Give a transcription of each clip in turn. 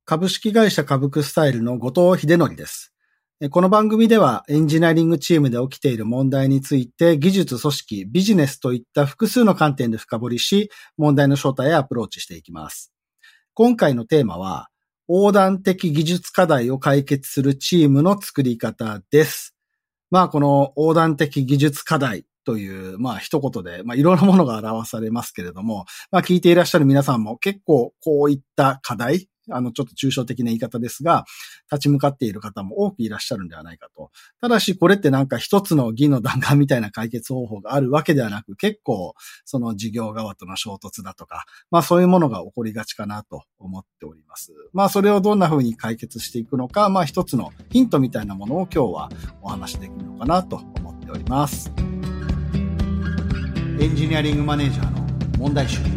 株式会社株クスタイルの後藤秀則です。この番組ではエンジニアリングチームで起きている問題について技術、組織、ビジネスといった複数の観点で深掘りし、問題の正体へアプローチしていきます。今回のテーマは、横断的技術課題を解決するチームの作り方です。この横断的技術課題という、一言で、いろんなものが表されますけれども、聞いていらっしゃる皆さんも結構こういった課題、ちょっと抽象的な言い方ですが、立ち向かっている方も多くいらっしゃるんではないかと。ただし、これって一つの議の弾丸みたいな解決方法があるわけではなく、結構、その事業側との衝突だとか、そういうものが起こりがちかなと思っております。それをどんな風に解決していくのか、一つのヒントみたいなものを今日はお話しできるのかなと思っております。エンジニアリングマネージャーの問題集。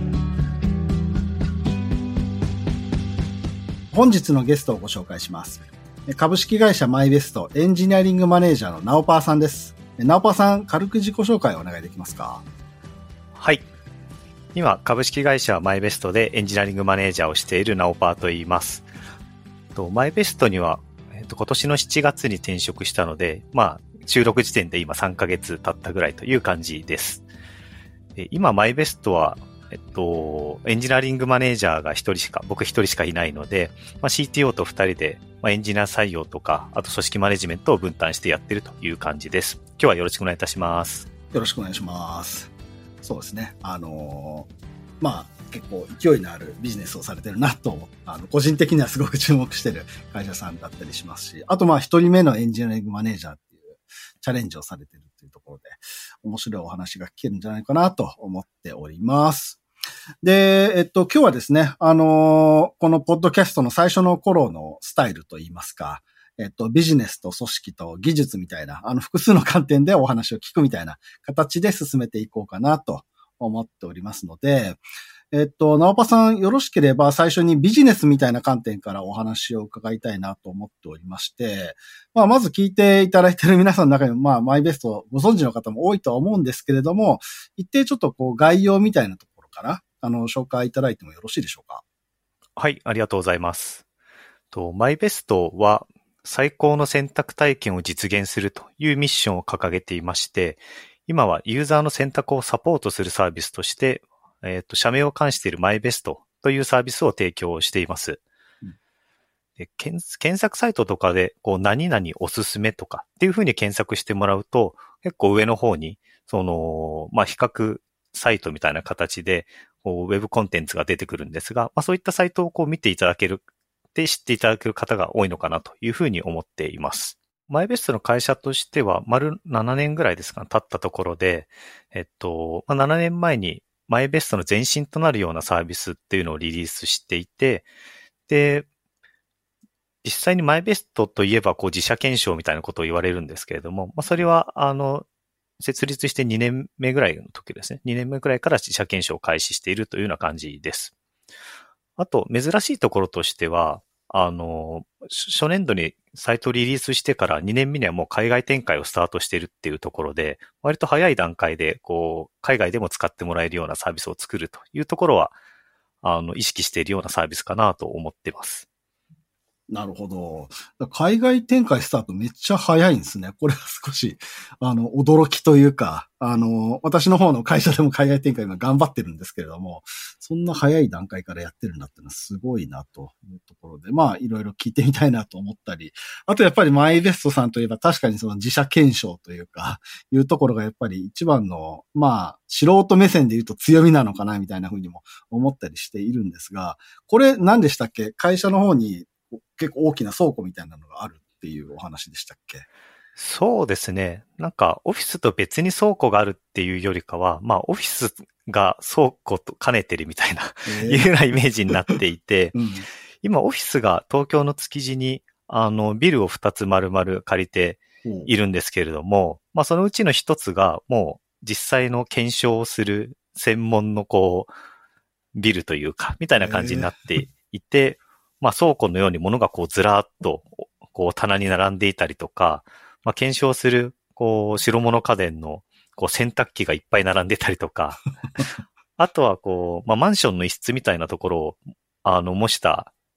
本日のゲストをご紹介します。株式会社マイベストエンジニアリングマネージャーのナオパーさんです。ナオパーさん、軽く自己紹介をお願いできますか？ はい。今、株式会社マイベストでエンジニアリングマネージャーをしているナオパーと言います。マイベストには、今年の7月に転職したので、収録時点で今3ヶ月経ったぐらいという感じです。今、マイベストは、エンジニアリングマネージャーが僕一人しかいないので、CTO と二人で、エンジニア採用とか、あと組織マネジメントを分担してやってるという感じです。今日はよろしくお願いいたします。 よろしくお願いします。そうですね。結構勢いのあるビジネスをされてるなと、個人的にはすごく注目してる会社さんだったりしますし、あと一人目のエンジニアリングマネージャーっていうチャレンジをされてるっていうところで、面白いお話が聞けるんじゃないかなと思っております。で、今日はですね、このポッドキャストの最初の頃のスタイルといいますか、ビジネスと組織と技術みたいな、複数の観点でお話を聞くみたいな形で進めていこうかなと思っておりますので、ナオパさんよろしければ最初にビジネスみたいな観点からお話を伺いたいなと思っておりまして、まず聞いていただいている皆さんの中にも、マイベストご存知の方も多いとは思うんですけれども、一定ちょっと概要みたいなところから、紹介いただいてもよろしいでしょうか？ はい、ありがとうございます。マイベストは最高の選択体験を実現するというミッションを掲げていまして、今はユーザーの選択をサポートするサービスとして、社名を冠しているマイベストというサービスを提供しています。で検索サイトとかで、何々おすすめとかっていうふうに検索してもらうと、結構上の方に、比較サイトみたいな形で、ウェブコンテンツが出てくるんですが、そういったサイトを見ていただける、で知っていただける方が多いのかなというふうに思っています。マイベストの会社としては、丸7年ぐらいですかね、経ったところで、7年前にマイベストの前身となるようなサービスっていうのをリリースしていて、で、実際にマイベストといえば、自社検証みたいなことを言われるんですけれども、それは、設立して2年目ぐらいの時ですね。2年目ぐらいから自社検証を開始しているというような感じです。あと、珍しいところとしては、初年度にサイトをリリースしてから2年目にはもう海外展開をスタートしているっていうところで、割と早い段階で、海外でも使ってもらえるようなサービスを作るというところは、意識しているようなサービスかなと思っています。 なるほど。海外展開スタートめっちゃ早いんですね。これは少し、驚きというか、私の方の会社でも海外展開今頑張ってるんですけれども、そんな早い段階からやってるんだっていうのはすごいなというところで、いろいろ聞いてみたいなと思ったり、あとやっぱりマイベストさんといえば確かにその自社検証というか、いうところがやっぱり一番の、素人目線で言うと強みなのかなみたいな風にも思ったりしているんですが、これ何でしたっけ？会社の方に結構大きな倉庫みたいなのがあるっていうお話でしたっけ？ そうですね。オフィスと別に倉庫があるっていうよりかは、オフィスが倉庫と兼ねてるみたいな、いうようなイメージになっていて、今オフィスが東京の築地に、ビルを2つ丸々借りているんですけれども、そのうちの1つがもう実際の検証をする専門のビルというか、みたいな感じになっていて、倉庫のように物がずらーっと、棚に並んでいたりとか、検証する、白物家電の、洗濯機がいっぱい並んでたりとか、あとはマンションの一室みたいなところを、模した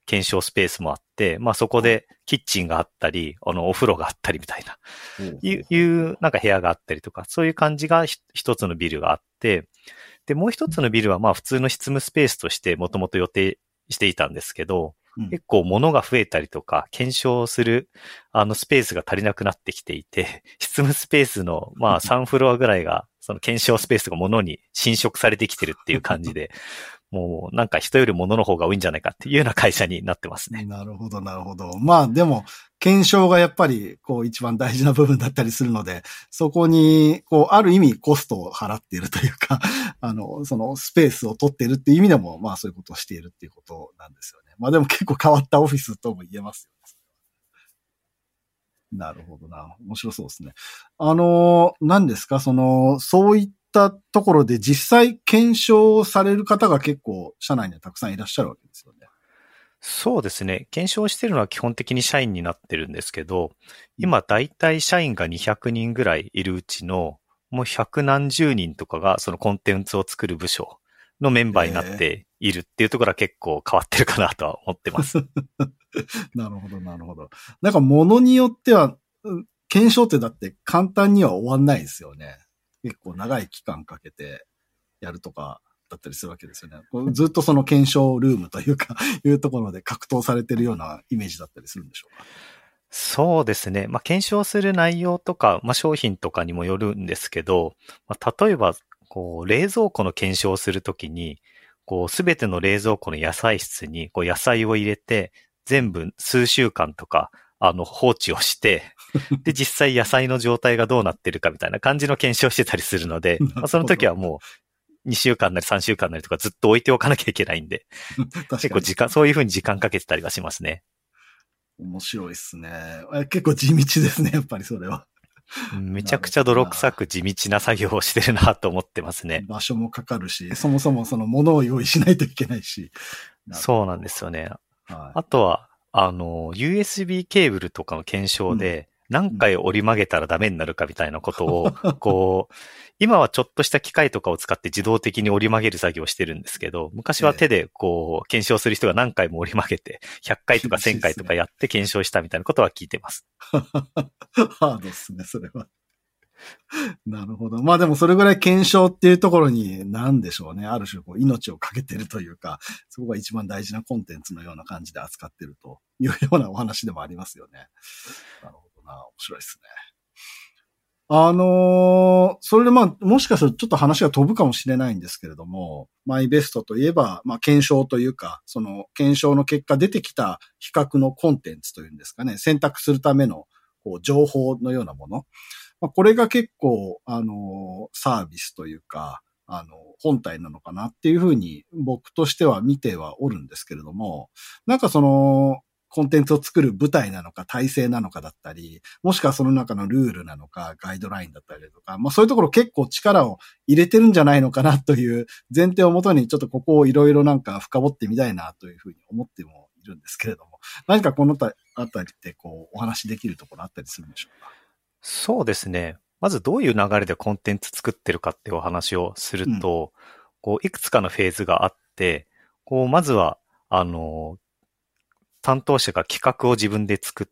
検証スペースもあって、まあそこでキッチンがあったり、お風呂があったりみたいな、なんか部屋があったりとか、そういう感じが一つのビルがあって、で、もう一つのビルはまあ普通の執務スペースとしてもともと予定していたんですけど、結構物が増えたりとか、検証する、スペースが足りなくなってきていて、執務スペースの、まあ3フロアぐらいが、その検証スペースが物に侵食されてきてるっていう感じで、もうなんか人より物の方が多いんじゃないかっていうような会社になってますね。 なるほど、なるほど。まあでも、検証がやっぱり、こう一番大事な部分だったりするので、そこに、こう、ある意味コストを払っているというか、そのスペースを取っているっていう意味でも、まあそういうことをしているっていうことなんですよね。まあでも結構変わったオフィスとも言えますよね。なるほどな。面白そうですね。何ですか、そういったところで実際検証される方が結構社内にはたくさんいらっしゃるわけですよね。 そうですね。検証してるのは基本的に社員になってるんですけど、今だいたい社員が200人ぐらいいるうちの、もう百何十人とかがそのコンテンツを作る部署のメンバーになっているっていうところは結構変わってるかなとは思ってます。 なるほど、なるほど。なんか物によっては、検証ってだって簡単には終わんないですよね。結構長い期間かけてやるとかだったりするわけですよね。ずっとその検証ルームというか、いうところで格闘されてるようなイメージだったりするんでしょうか。 そうですね。まあ、検証する内容とか、まあ、商品とかにもよるんですけど、まあ、例えば、こう、冷蔵庫の検証をするときに、こう、すべての冷蔵庫の野菜室に、こう、野菜を入れて、全部数週間とか、放置をして、で、実際野菜の状態がどうなってるかみたいな感じの検証してたりするので、まあ、その時はもう、2週間なり3週間なりとかずっと置いておかなきゃいけないんで、結構そういうふうに時間かけてたりはしますね。 面白いっすね。結構地道ですね、やっぱりそれは。 めちゃくちゃ泥臭く地道な作業をしてるなと思ってますね。 場所もかかるし、そもそもその物を用意しないといけないし。 そうなんですよね。 はい、 あとは、USB ケーブルとかの検証で、何回折り曲げたらダメになるかみたいなことを、こう、今はちょっとした機械とかを使って自動的に折り曲げる作業をしてるんですけど、昔は手でこう、検証する人が何回も折り曲げて、100回とか1000回とかやって検証したみたいなことは聞いてます。 ハードですね、それは。なるほど。まあでもそれぐらい検証っていうところに何でしょうね。ある種こう命をかけてるというか、そこが一番大事なコンテンツのような感じで扱ってるというようなお話でもありますよね。なるほどな。面白いですね。それでまあ、もしかするとちょっと話が飛ぶかもしれないんですけれども、マイベストといえば、まあ、検証というか、その検証の結果出てきた比較のコンテンツというんですかね、選択するためのこう情報のようなもの。まあ、これが結構、サービスというか、本体なのかなっていうふうに僕としては見てはおるんですけれども、なんかその、コンテンツを作る舞台なのか体制なのかだったり、もしくはその中のルールなのかガイドラインだったりとか、まあそういうところ結構力を入れてるんじゃないのかなという前提をもとにちょっとここをいろいろなんか深掘ってみたいなというふうに思ってもいるんですけれども、何かこのあたりってこうお話できるところあったりするんでしょうか？ そうですね。まずどういう流れでコンテンツ作ってるかっていうお話をすると、こういくつかのフェーズがあって、こうまずは、担当者が企画を自分で作って、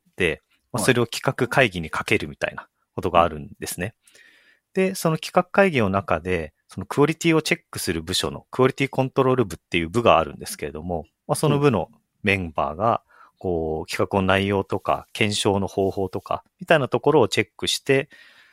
それを企画会議にかけるみたいなことがあるんですね。で、その企画会議の中で、そのクオリティをチェックする部署のクオリティコントロール部っていう部があるんですけれども、その部のメンバーが、こう、企画の内容とか、検証の方法とか、みたいなところをチェックして、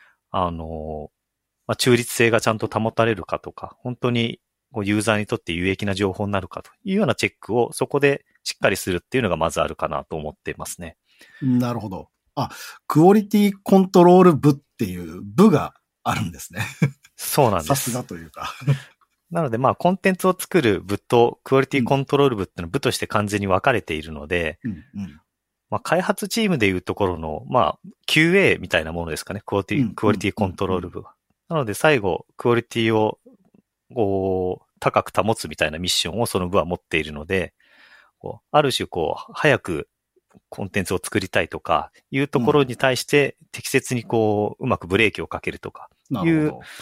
中立性がちゃんと保たれるかとか、本当にユーザーにとって有益な情報になるかというようなチェックをそこでしっかりするっていうのがまずあるかなと思っていますね。 なるほど。クオリティコントロール部っていう部があるんですね。 そうなんです。 さすがというか。 なのでコンテンツを作る部とクオリティコントロール部っていうのは部として完全に分かれているので、開発チームでいうところの、QA みたいなものですかね。クオリティコントロール部は。なので最後、クオリティを高く保つみたいなミッションをその部は持っているので、ある種早くコンテンツを作りたいとかいうところに対して適切にうまくブレーキをかけるとかいう、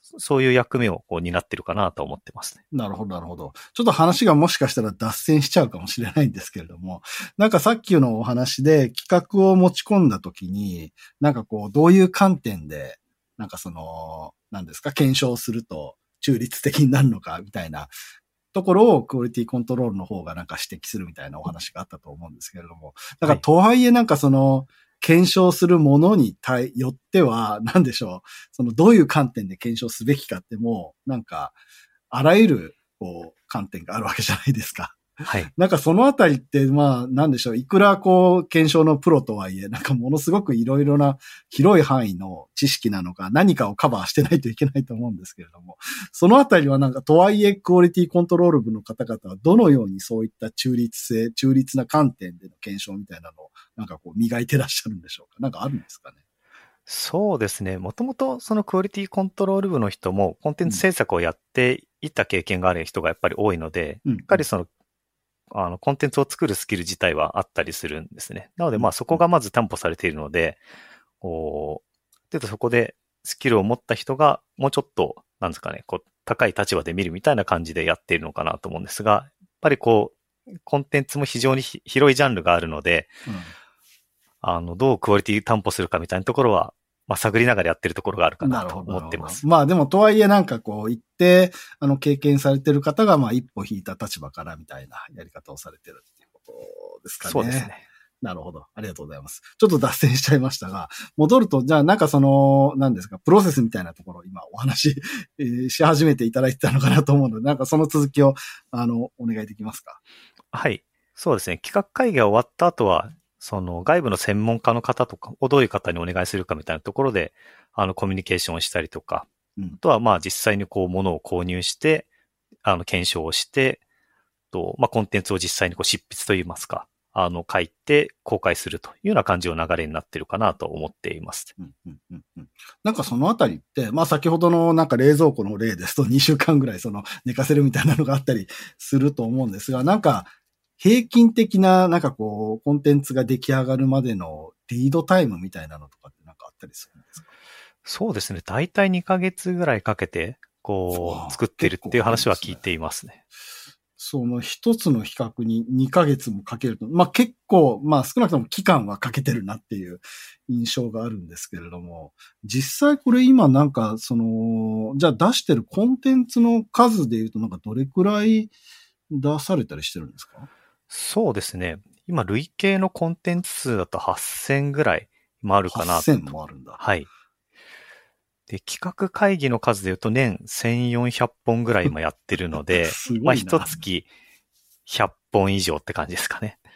そういう役目をこう担ってるかなと思ってますね。 なるほど、なるほど。ちょっと話がもしかしたら脱線しちゃうかもしれないんですけれども、なんかさっきのお話で企画を持ち込んだときに、なんかこう、どういう観点で、なんか何ですか、検証すると中立的になるのかみたいなところをクオリティコントロールの方がなんか指摘するみたいなお話があったと思うんですけれども、だからとはいえなんか検証するものによっては、なんでしょう、どういう観点で検証すべきかってもう、なんか、あらゆる、こう、観点があるわけじゃないですか。 はい。 なんかそのあたりって、まあ、なんでしょう、いくらこう、検証のプロとはいえ、なんかものすごくいろいろな広い範囲の知識なのか、何かをカバーしてないといけないと思うんですけれども、そのあたりはなんか、とはいえ、クオリティコントロール部の方々はどのようにそういった中立な観点での検証みたいなのを、なんかこう、磨いてらっしゃるんでしょうか。なんかあるんですかね。 そうですね。もともとそのクオリティコントロール部の人もコンテンツ制作をやっていた経験がある人がやっぱり多いので、やっぱりコンテンツを作るスキル自体はあったりするんですね。なのでまあそこがまず担保されているので、そこでスキルを持った人がもうちょっと、なんですかね、こう高い立場で見るみたいな感じでやっているのかなと思うんですが、やっぱりこう、コンテンツも非常に広いジャンルがあるので、どうクオリティ担保するかみたいなところは、まあ、探りながらやってるところがあるかなと思ってます。 まあでもとはいえなんかこう言って、経験されてる方がまあ一歩引いた立場からみたいなやり方をされてるっていうことですかね。 そうですね。 なるほど。ありがとうございます。ちょっと脱線しちゃいましたが、戻ると、じゃあなんか何ですか、プロセスみたいなところを今お話しし始めていただいてたのかなと思うので、なんかその続きを、お願いできますか。 はい。そうですね。企画会議が終わった後は、外部の専門家の方とかをどういう方にお願いするかみたいなところで、コミュニケーションをしたりとか、あとはまあ実際にこう物を購入して、検証をして、まあコンテンツを実際にこう執筆といいますか、書いて公開するというような感じの流れになっているかなと思っています。 なんかそのあたりって、まあ先ほどのなんか冷蔵庫の例ですと2週間ぐらい寝かせるみたいなのがあったりすると思うんですが、なんか平均的ななんかこうコンテンツが出来上がるまでのリードタイムみたいなのとかってなんかあったりするんですか？ そうですね。だいたい2ヶ月ぐらいかけて、こう、作ってるっていう話は聞いていますね。 その一つの比較に2ヶ月もかけると、まあ結構、まあ少なくとも期間はかけてるなっていう印象があるんですけれども、実際これ今なんかじゃあ出してるコンテンツの数で言うとなんかどれくらい出されたりしてるんですか？ そうですね。今累計のコンテンツ数だと8000ぐらいもあるかなと。 8000もあるんだ。 はい。で、企画会議の数で言うと年1400本ぐらい今やってるので、 すごいな。 まあ一月100本以上って感じですかね。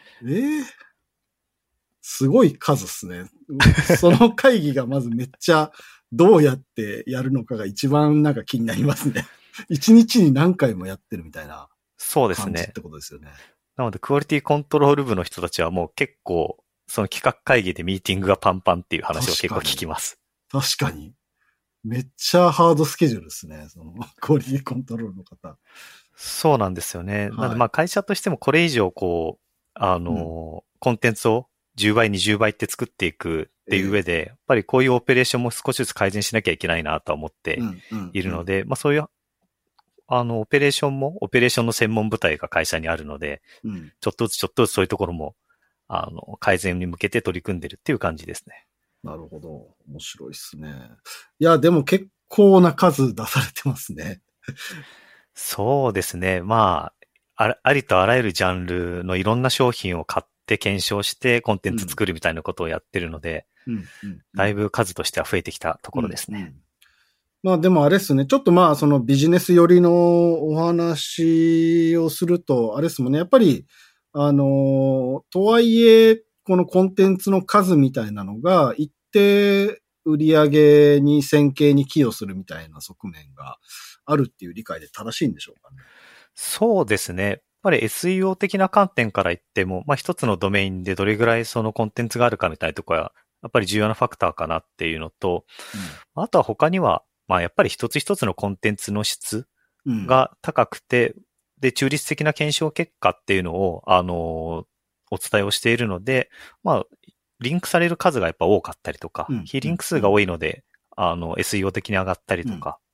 すごい数っすね。その会議がまずめっちゃどうやってやるのかが一番なんか気になりますね。一日に何回もやってるみたいな感じってことですよね。 なので、クオリティコントロール部の人たちはもう結構、その企画会議でミーティングがパンパンっていう話を結構聞きます。 確かに。めっちゃハードスケジュールですね。クオリティコントロールの方。 そうなんですよね。なので、まあ会社としてもこれ以上こう、コンテンツを10倍、20倍って作っていくっていう上で、やっぱりこういうオペレーションも少しずつ改善しなきゃいけないなと思っているので、まあそういうオペレーションの専門部隊が会社にあるので、ちょっとずつそういうところも、改善に向けて取り組んでるっていう感じですね。 なるほど。面白いですね。いや、でも結構な数出されてますね。 そうですね。まあ、ありとあらゆるジャンルのいろんな商品を買って検証してコンテンツ作るみたいなことをやってるので、だいぶ数としては増えてきたところですね。 まあでもあれですね。ちょっとまあビジネス寄りのお話をすると、あれですもんね。やっぱり、とはいえ、このコンテンツの数みたいなのが一定売り上げに線形に寄与するみたいな側面があるっていう理解で正しいんでしょうかね。 そうですね。やっぱり SEO 的な観点から言っても、まあ一つのドメインでどれぐらいそのコンテンツがあるかみたいなところは、やっぱり重要なファクターかなっていうのと、あとは他には、まあやっぱり一つ一つのコンテンツの質が高くて、で、中立的な検証結果っていうのを、お伝えをしているので、まあ、リンクされる数がやっぱ多かったりとか、非リンク数が多いので、SEO 的に上がったりとか、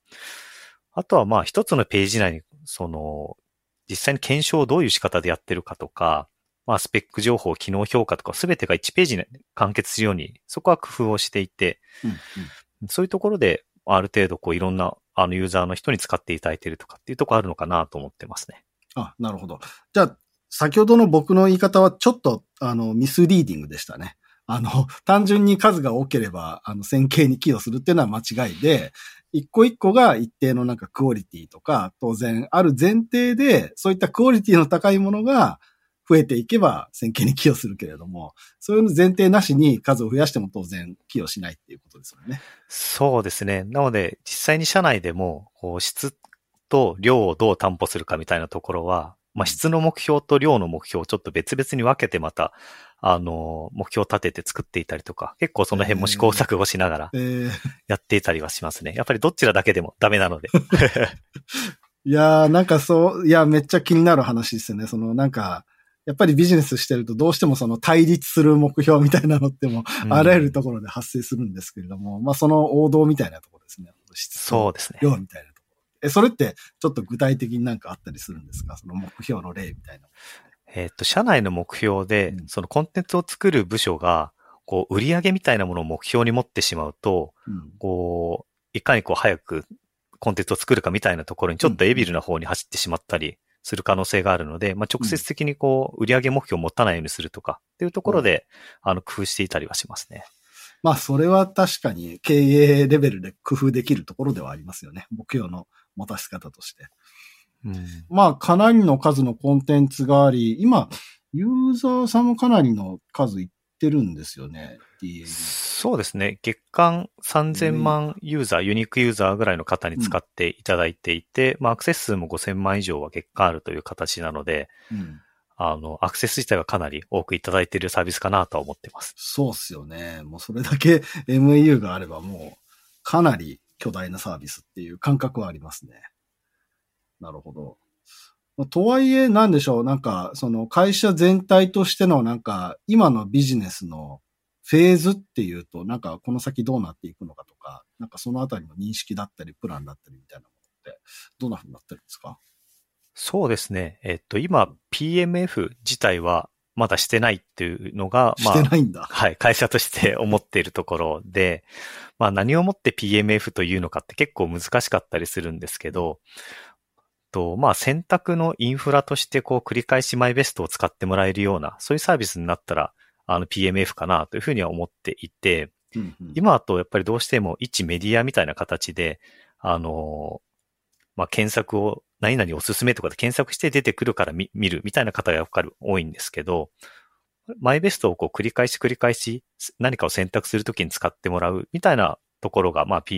あとはまあ一つのページ内に、実際に検証をどういう仕方でやってるかとか、まあスペック情報、機能評価とかすべてが1ページに完結するように、そこは工夫をしていて、そういうところである程度こういろんなユーザーの人に使っていただいているとかっていうところあるのかなと思ってますね。 あ、なるほど。じゃあ、先ほどの僕の言い方はちょっと、ミスリーディングでしたね。単純に数が多ければ、線形に寄与するっていうのは間違いで、一個一個が一定のなんかクオリティとか、当然ある前提で、そういったクオリティの高いものが増えていけば線形に寄与するけれども、そういう前提なしに数を増やしても当然寄与しないっていうことですよね。 そうですね。なので、実際に社内でも、質と量をどう担保するかみたいなところは、まあ、質の目標と量の目標をちょっと別々に分けてまた、目標を立てて作っていたりとか、結構その辺も試行錯誤しながらやっていたりはしますね。やっぱりどちらだけでもダメなので。 いやー、なんかいや、めっちゃ気になる話ですよね。なんか、やっぱりビジネスしてるとどうしてもその対立する目標みたいなのっても、あらゆるところで発生するんですけれども、まあその王道みたいなところですね。質と量みたいなところ。それってちょっと具体的になんかあったりするんですか？その目標の例みたいな。 社内の目標で、そのコンテンツを作る部署が、こう、売上みたいなものを目標に持ってしまうと、こう、いかにこう早くコンテンツを作るかみたいなところにちょっとエビルな方に走ってしまったりする可能性があるので、まあ、直接的にこう、売上目標を持たないようにするとかっていうところで、工夫していたりはしますね。 まあ、それは確かに経営レベルで工夫できるところではありますよね。目標の持たせ方として。まあ、かなりの数のコンテンツがあり、今、ユーザーさんもかなりの数いってるんですよね。 そうですね。月間3000万ユーザー、ユニークユーザーぐらいの方に使っていただいていて、まあ、アクセス数も5000万以上は月間あるという形なので、アクセス自体はかなり多くいただいているサービスかなとは思っています。 そうっすよね。もうそれだけ MAU があればもう、かなり巨大なサービスっていう感覚はありますね。なるほど。とはいえ、なんでしょう、なんか、その会社全体としてのなんか、今のビジネスのフェーズっていうと、なんかこの先どうなっていくのかとか、なんかそのあたりの認識だったり、プランだったりみたいなものって、どんな風になってるんですか？ そうですね。今、PMF 自体はまだしてないっていうのが、 まあ、してないんだ。 はい、会社として思っているところで、まあ何をもって PMF というのかって結構難しかったりするんですけど、まあ選択のインフラとしてこう繰り返しマイベストを使ってもらえるような、そういうサービスになったら、PMF かなというふうには思っていて、今だとやっぱりどうしても一メディアみたいな形で、まあ検索を何々おすすめとかで検索して出てくるから見るみたいな方が多いんですけど、マイベストをこう繰り返し何かを選択するときに使ってもらうみたいなところが、まあ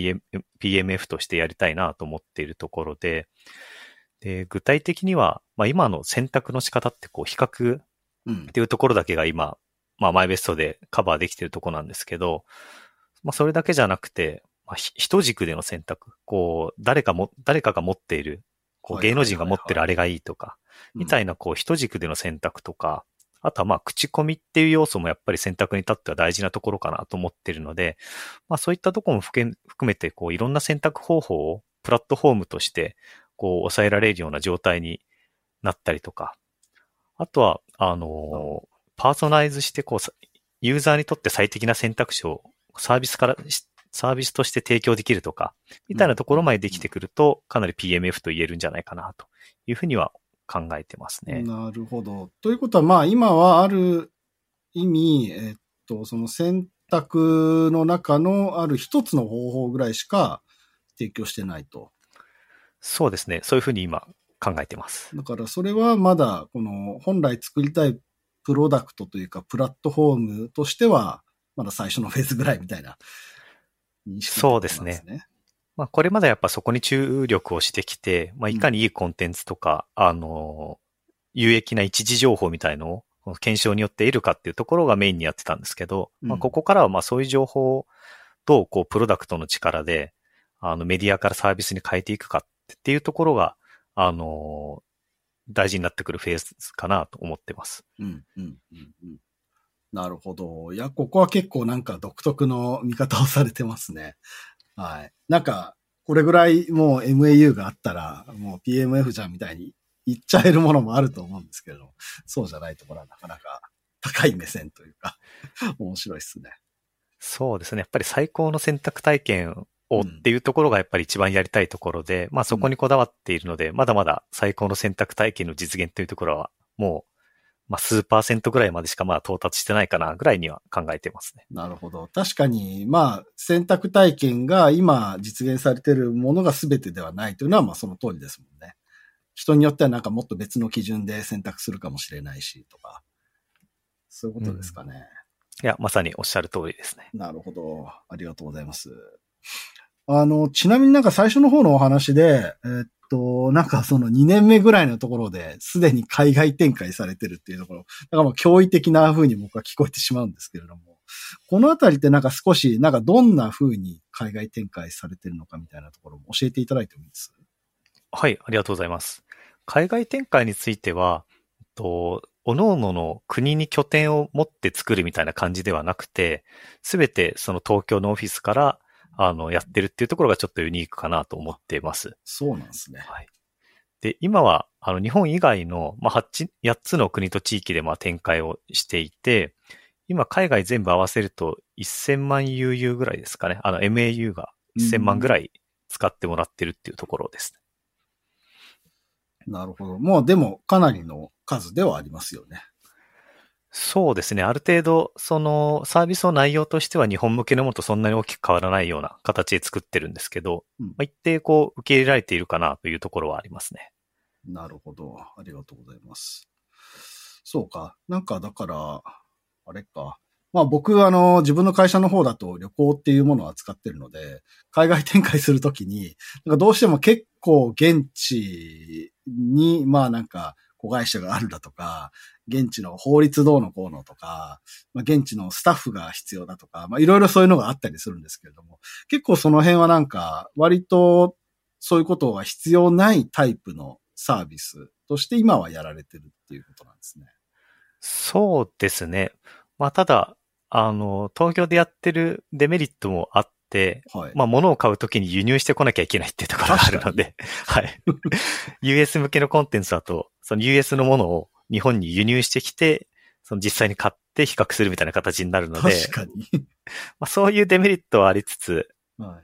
PMF としてやりたいなと思っているところで、具体的には、まあ今の選択の仕方ってこう比較っていうところだけが今、まあマイベストでカバーできているところなんですけど、まあそれだけじゃなくて、まあ、一軸での選択、こう誰かが持っている、こう芸能人が持ってるあれがいいとか、みたいなこう一軸での選択とか、あとはまあ口コミっていう要素もやっぱり選択に立っては大事なところかなと思っているので、まあそういったところも含めてこういろんな選択方法をプラットフォームとしてこう抑えられるような状態になったりとか、あとはパーソナライズしてこうユーザーにとって最適な選択肢をサービスとして提供できるとか、みたいなところまでできてくると、かなり PMF と言えるんじゃないかなというふうには考えてますね。 なるほど。ということは、まあ今はある意味、その選択の中のある一つの方法ぐらいしか提供してないと。 そうですね。そういうふうに今考えてます。 だからそれはまだ、この本来作りたいプロダクトというか、プラットフォームとしては、まだ最初のフェーズぐらいみたいな認識なんですね。そうですね。 まあこれまでやっぱそこに注力をしてきて、まあいかにいいコンテンツとか、有益な一時情報みたいのを検証によって得るかっていうところがメインにやってたんですけど、まあここからはまあそういう情報をどうこうプロダクトの力で、メディアからサービスに変えていくかっていうところが、大事になってくるフェーズかなと思ってます。 なるほど。いや、ここは結構なんか独特の見方をされてますね。はい。なんか、 これぐらいもう MAU があったら、もう PMF じゃんみたいに言っちゃえるものもあると思うんですけれど、そうじゃないところはなかなか高い目線というか、面白いですね。 そうですね。やっぱり最高の選択体験をっていうところがやっぱり一番やりたいところで、まあそこにこだわっているので、まだまだ最高の選択体験の実現というところは、もう、まあ数%ぐらいまでしかまだ到達してないかなぐらいには考えてますね。 なるほど。確かに、まあ選択体験が今実現されているものが全てではないというのはまあその通りですもんね。人によってはなんかもっと別の基準で選択するかもしれないしとか、そういうことですかね。 いや、まさにおっしゃる通りですね。 なるほど。ありがとうございます。ちなみになんか最初の方のお話で、なんかその2年目ぐらいのところですでに海外展開されてるっていうところ、だからもう驚異的な風に僕は聞こえてしまうんですけれども、このあたりってなんか少し、なんかどんな風に海外展開されてるのかみたいなところも教えていただいてもいいです？ はい、ありがとうございます。海外展開については、各々の国に拠点を持って作るみたいな感じではなくて、すべてその東京のオフィスからやってるっていうところがちょっとユニークかなと思っています。 そうなんですね。 はい。で、今は日本以外の、まあ、8つの国と地域でまあ展開をしていて、今海外全部合わせると1000万 UU ぐらいですかね。MAU が1000万ぐらい使ってもらってるっていうところですね。 なるほど。もうでもかなりの数ではありますよね。 そうですね。ある程度、そのサービスの内容としては日本向けのものとそんなに大きく変わらないような形で作ってるんですけど、まあ、一定こう受け入れられているかなというところはありますね。 なるほど。ありがとうございます。そうか。なんかだから、あれか。まあ僕自分の会社の方だと旅行っていうものを扱ってるので、海外展開するときに、なんかどうしても結構現地に、まあなんか子会社があるだとか、現地の法律どうのこうのとか、まあ現地のスタッフが必要だとか、まあいろいろそういうのがあったりするんですけれども、結構その辺はなんか割とそういうことが必要ないタイプのサービスとして今はやられてるっていうことなんですね。 そうですね。まあただ、東京でやってるデメリットもあって、はい、まあ物を買うときに輸入してこなきゃいけないっていうところがあるので、はい。US 向けのコンテンツだと、その US のものを日本に輸入してきて、その実際に買って比較するみたいな形になるので、 確かに。 まあそういうデメリットはありつつ、 はい、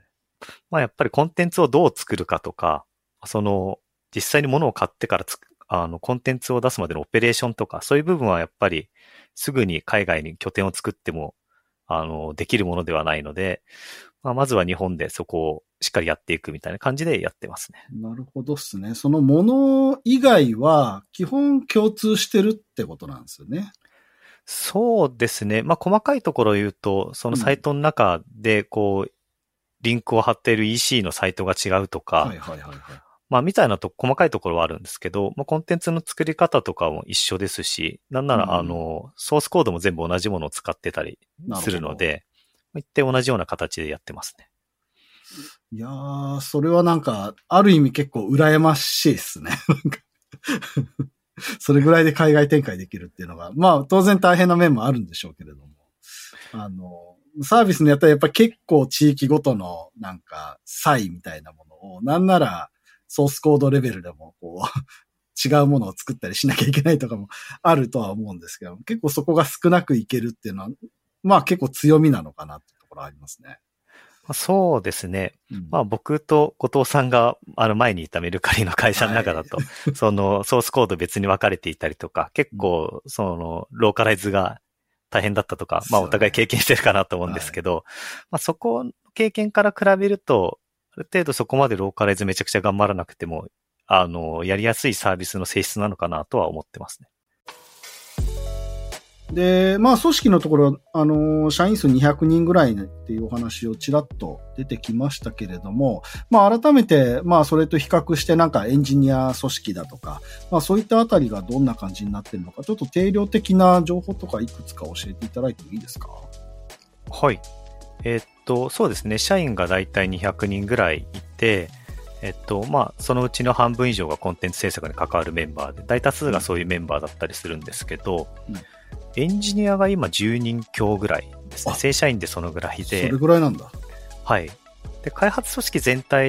まあやっぱりコンテンツをどう作るかとか、その実際に物を買ってからコンテンツを出すまでのオペレーションとか、そういう部分はやっぱりすぐに海外に拠点を作っても、できるものではないので、まあ、まずは日本でそこをしっかりやっていくみたいな感じでやってますね。 なるほどっすね。そのもの以外は基本共通してるってことなんですよね。 そうですね。まあ、細かいところを言うと、そのサイトの中でこう、リンクを貼っている EC のサイトが違うとか、 はいはいはいはい。 まあ、みたいなと細かいところはあるんですけど、まあ、コンテンツの作り方とかも一緒ですし、なんなら、ソースコードも全部同じものを使ってたりするので、一定同じような形でやってますね。 いやー、それはなんか、ある意味結構羨ましいですね。それぐらいで海外展開できるっていうのが、まあ、当然大変な面もあるんでしょうけれども、サービスのやったらやっぱり結構地域ごとのなんか差異みたいなものを、なんならソースコードレベルでもこう違うものを作ったりしなきゃいけないとかもあるとは思うんですけど、結構そこが少なくいけるっていうのは、まあ結構強みなのかなっていうところありますね。 そうですね。まあ僕と後藤さんが前にいたメルカリの会社の中だと、はい、そのソースコード別に分かれていたりとか、結構そのローカライズが大変だったとか、まあお互い経験してるかなと思うんですけど、はい、まあそこの経験から比べると、ある程度そこまでローカライズめちゃくちゃ頑張らなくても、やりやすいサービスの性質なのかなとは思ってますね。 で、まあ組織のところ、社員数200人ぐらいっていうお話をちらっと出てきましたけれども、まあ改めて、まあそれと比較してなんかエンジニア組織だとか、まあそういったあたりがどんな感じになってるのか、ちょっと定量的な情報とかいくつか教えていただいてもいいですか？ はい。そうですね。社員がだいたい200人ぐらいいて、まあ、そのうちの半分以上がコンテンツ制作に関わるメンバーで、大多数がそういうメンバーだったりするんですけど、エンジニアが今10人強ぐらいですね。正社員でそのぐらいで。 それぐらいなんだ。 はい。で、開発組織全体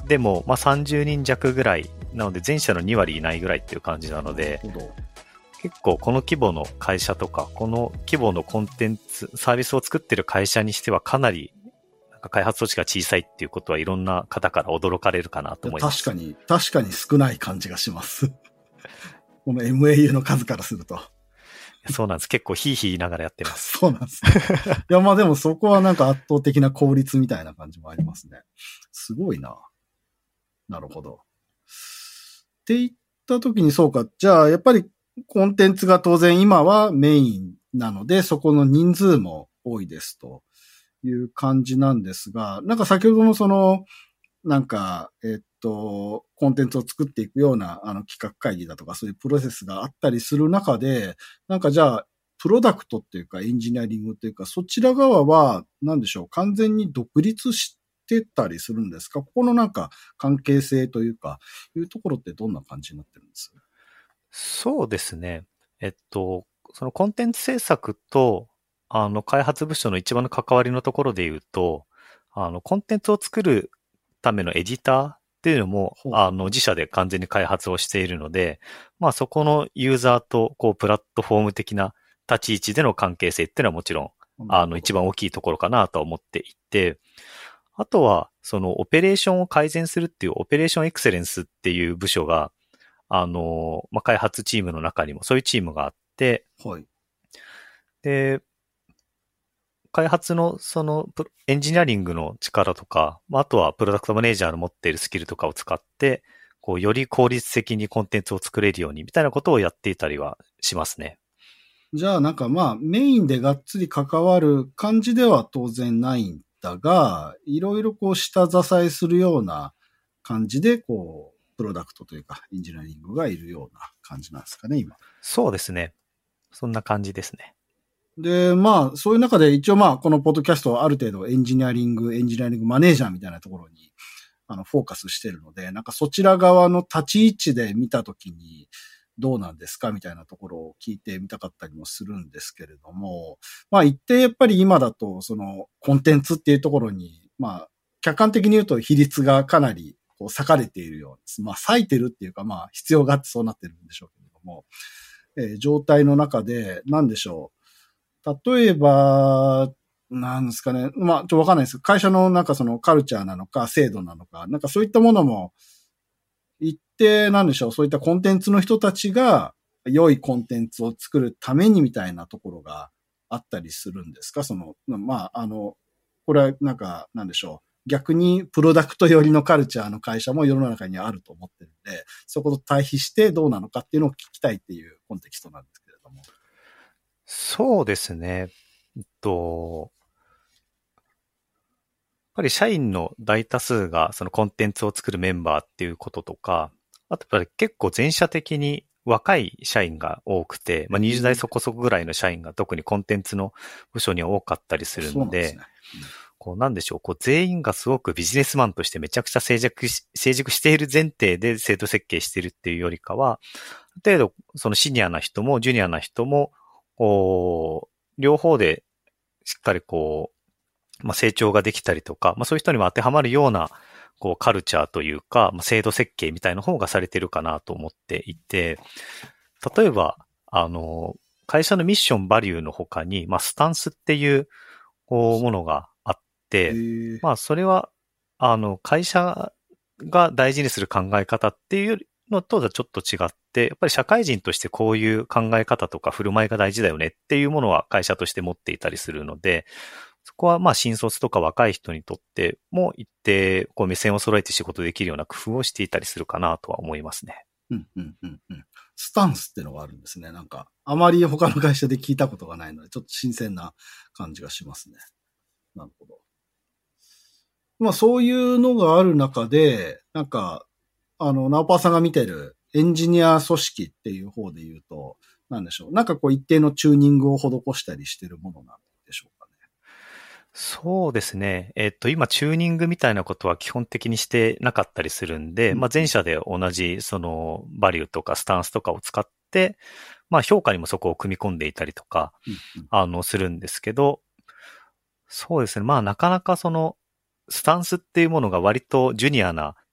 でも、まあ、30人弱ぐらいなので、全社の2割いないぐらいっていう感じなので、結構この規模の会社とか、この規模のコンテンツ、サービスを作ってる会社にしてはかなりなんか開発組織が小さいっていうことはいろんな方から驚かれるかなと思います。 確かに少ない感じがします。この MAU の数からすると。 そうなんです。結構ヒーヒー言いながらやってます。 そうなんです、ね。いや、まあでもそこはなんか圧倒的な効率みたいな感じもありますね。すごいな。なるほど。って言った時にそうか。じゃあ、やっぱりコンテンツが当然今はメインなので、そこの人数も多いですという感じなんですが、なんか先ほどのその、なんか、コンテンツを作っていくような、企画会議だとか、そういうプロセスがあったりする中で、なんかじゃあ、プロダクトっていうか、エンジニアリングっていうか、そちら側は、なんでしょう、完全に独立してたりするんですか？ここのなんか、関係性というか、いうところってどんな感じになってるんです？ そうですね。そのコンテンツ制作と、開発部署の一番の関わりのところで言うと、コンテンツを作るためのエディターっていうのも、自社で完全に開発をしているので、まあそこのユーザーと、こう、プラットフォーム的な立ち位置での関係性っていうのはもちろん、一番大きいところかなとは思っていて、あとは、そのオペレーションを改善するっていうオペレーションエクセレンスっていう部署が、まあ、開発チームの中にもそういうチームがあって、 はい。 で、開発のそのエンジニアリングの力とか、あとはプロダクトマネージャーの持っているスキルとかを使って、こう、より効率的にコンテンツを作れるようにみたいなことをやっていたりはしますね。 じゃあなんかまあメインでがっつり関わる感じでは当然ないんだが、いろいろこう下支えするような感じで、こう、プロダクトというかエンジニアリングがいるような感じなんですかね、今。 そうですね。そんな感じですね。 で、まあ、そういう中で一応まあ、このポッドキャストはある程度エンジニアリングマネージャーみたいなところに、フォーカスしてるので、なんかそちら側の立ち位置で見たときに、どうなんですかみたいなところを聞いてみたかったりもするんですけれども、まあ一定やっぱり今だと、そのコンテンツっていうところに、まあ、客観的に言うと比率がかなりこう割かれているようです。まあ、割いてるっていうか、まあ、必要があってそうなってるんでしょうけれども、状態の中で、なんでしょう。例えば、なんですかね。まあ、わかんないです。会社のなんかそのカルチャーなのか、制度なのか、なんかそういったものも、一定なんでしょう。そういったコンテンツの人たちが、良いコンテンツを作るためにみたいなところがあったりするんですか？その、まあ、これはなんか、なんでしょう。逆にプロダクト寄りのカルチャーの会社も世の中にはあると思ってるんで、そこと対比してどうなのかっていうのを聞きたいっていうコンテキストなんですけれども。 そうですね。やっぱり社員の大多数がそのコンテンツを作るメンバーっていうこととか、あとやっぱり結構全社的に若い社員が多くて、まあ、20代そこそこぐらいの社員が特にコンテンツの部署には多かったりするんで、こうなんでしょう、こう全員がすごくビジネスマンとしてめちゃくちゃ成熟している前提で制度設計しているっていうよりかは、ある程度そのシニアな人もジュニアな人も、両方でしっかりこう、まあ、成長ができたりとか、まあ、そういう人にも当てはまるような、こう、カルチャーというか、まあ、制度設計みたいな方がされてるかなと思っていて、例えば、会社のミッションバリューの他に、まあ、スタンスっていう、こう、ものがあって、まあ、それは、会社が大事にする考え方っていうのとはちょっと違って、やっぱり社会人としてこういう考え方とか振る舞いが大事だよねっていうものは会社として持っていたりするので、そこはまあ新卒とか若い人にとっても一定こう目線を揃えて仕事できるような工夫をしていたりするかなとは思いますね。 スタンスってのがあるんですね。なんか、あまり他の会社で聞いたことがないので、ちょっと新鮮な感じがしますね。なるほど。まあそういうのがある中で、なんか、ナオパーさんが見てるエンジニア組織っていう方で言うと、なんでしょう。なんかこう一定のチューニングを施したりしてるものなんでしょうかね。 そうですね。今、チューニングみたいなことは基本的にしてなかったりするんで、まあ、全社で同じ、その、バリューとかスタンスとかを使って、まあ、評価にもそこを組み込んでいたりとか、するんですけど、そうですね。まあ、なかなかその、スタンスっていうものが割とジュニアな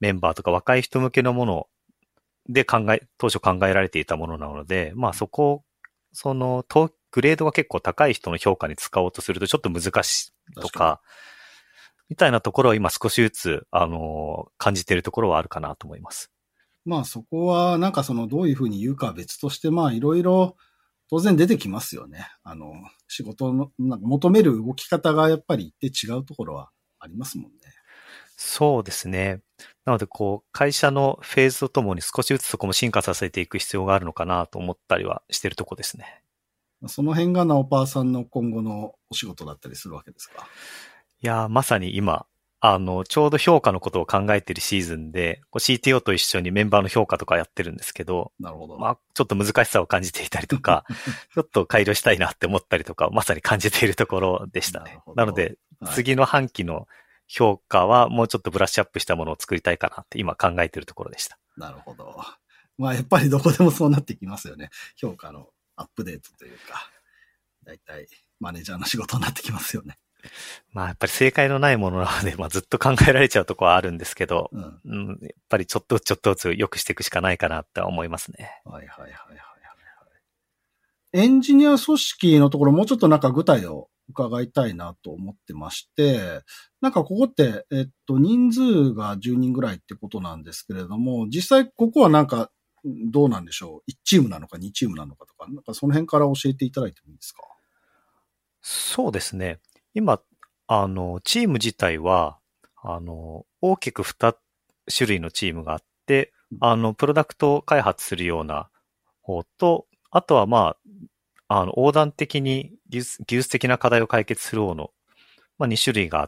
メンバーとか若い人向けのもので当初考えられていたものなので、まあそこ、グレードが結構高い人の評価に使おうとするとちょっと難しいとか、みたいなところを今少しずつ、感じているところはあるかなと思います。 まあそこはなんかどういうふうに言うかは別として、まあいろいろ当然出てきますよね。仕事の、なんか求める動き方がやっぱり一定違うところはありますもんね。 そうですね。なので会社のフェーズとともに少しずつそこも進化させていく必要があるのかなと思ったりはしてるとこですね。 その辺がナオパーさんの今後のお仕事だったりするわけですか？ いやー、まさに今、ちょうど評価のことを考えているシーズンで、CTO と一緒にメンバーの評価とかやってるんですけど、 なるほど。 まあ、ちょっと難しさを感じていたりとか、ちょっと改良したいなって思ったりとか、まさに感じているところでしたね。なので、次の半期の評価はもうちょっとブラッシュアップしたものを作りたいかなって今考えているところでした。 なるほど。まあやっぱりどこでもそうなってきますよね。評価のアップデートというか、だいたいマネージャーの仕事になってきますよね。 まあやっぱり正解のないものなので、まあずっと考えられちゃうところはあるんですけど、やっぱりちょっとずつ良くしていくしかないかなって思いますね。 はいはいはいはい。エンジニア組織のところもうちょっとなんか具体を伺いたいなと思ってまして、なんかここって、人数が10人ぐらいってことなんですけれども、実際ここはなんかどうなんでしょう？ 1 チームなのか2チームなのかとか、なんかその辺から教えていただいてもいいですか？ そうですね。今、チーム自体は、大きく2種類のチームがあって、プロダクト開発するような方と、あとはまあ、横断的に技術的な課題を解決する方の、まあ、2種類があって、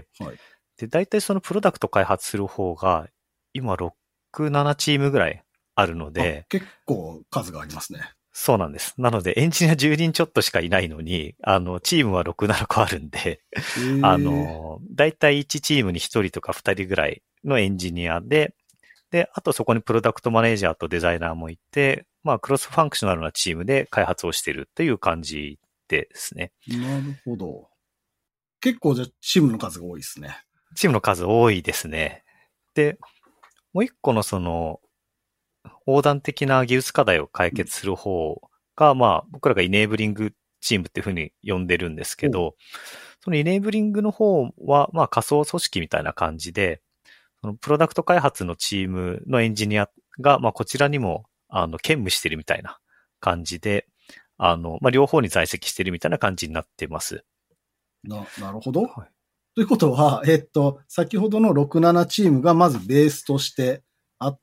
はい、 で、大体そのプロダクト開発する方が、今6、7チームぐらいあるので、 結構数がありますね。 そうなんです。なので、エンジニア10人ちょっとしかいないのに、チームは6、7個あるんで、だいたい1チームに1人とか2人ぐらいのエンジニアで、あとそこにプロダクトマネージャーとデザイナーもいて、まあ、クロスファンクショナルなチームで開発をしているという感じですね。 なるほど。結構じゃあチームの数が多いですね。 チームの数多いですね。で、もう一個の横断的な技術課題を解決する方が、まあ、僕らがイネーブリングチームっていうふうに呼んでるんですけど、そのイネーブリングの方は、まあ、仮想組織みたいな感じで、そのプロダクト開発のチームのエンジニアが、まあ、こちらにも、兼務してるみたいな感じで、まあ、両方に在籍してるみたいな感じになっています。 なるほど。はい、ということは、先ほどの6、7チームがまずベースとしてあって、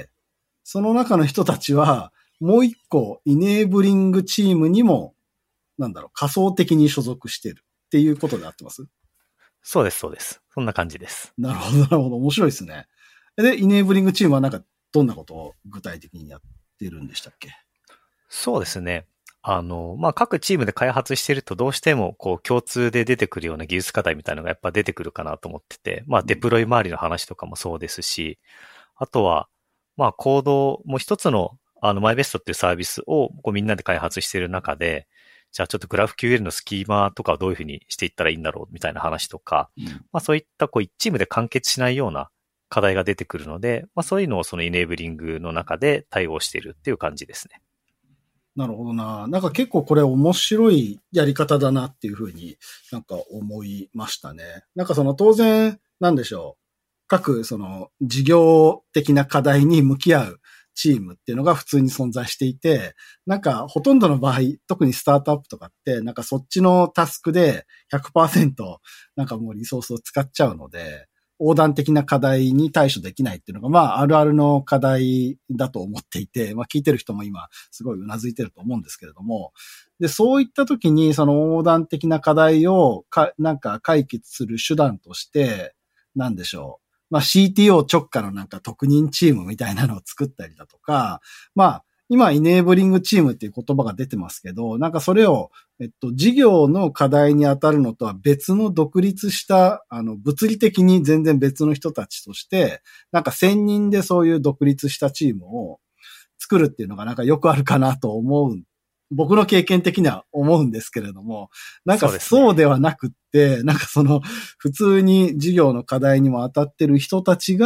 その中の人たちは、もう一個、イネーブリングチームにも、仮想的に所属してるっていうことで合ってます？ そうです、そうです。そんな感じです。 なるほど、なるほど。面白いですね。で、イネーブリングチームはどんなことを具体的にやってるんでしたっけ？ そうですね。まあ、各チームで開発してるとどうしても共通で出てくるような技術課題みたいなのがやっぱ出てくるかなと思ってて、まあ、デプロイ周りの話とかもそうですし、あとは、まあ、コードも一つの、マイベストっていうサービスをみんなで開発している中で、じゃあちょっとグラフ QL のスキーマとかをどういうふうにしていったらいいんだろうみたいな話とか、まあそういった一チームで完結しないような課題が出てくるので、まあそういうのをそのイネーブリングの中で対応しているっていう感じですね。 なるほどな。結構これ面白いやり方だなっていうふうに思いましたね。当然なんでしょう。各事業的な課題に向き合うチームっていうのが普通に存在していて、ほとんどの場合、特にスタートアップとかって、そっちのタスクで 100% もうリソースを使っちゃうので、横断的な課題に対処できないっていうのが、まあ、あるあるの課題だと思っていて、まあ、聞いてる人も今、すごい頷いてると思うんですけれども、で、そういった時に、横断的な課題を解決する手段として、なんでしょう。まあ CTO 直下の特任チームみたいなのを作ったりだとか、まあ今イネーブリングチームっていう言葉が出てますけど、それを事業の課題に当たるのとは別の独立した物理的に全然別の人たちとして専任でそういう独立したチームを作るっていうのがよくあるかなと思う。僕の経験的には思うんですけれども、そうではなくって、普通に事業の課題にも当たってる人たちが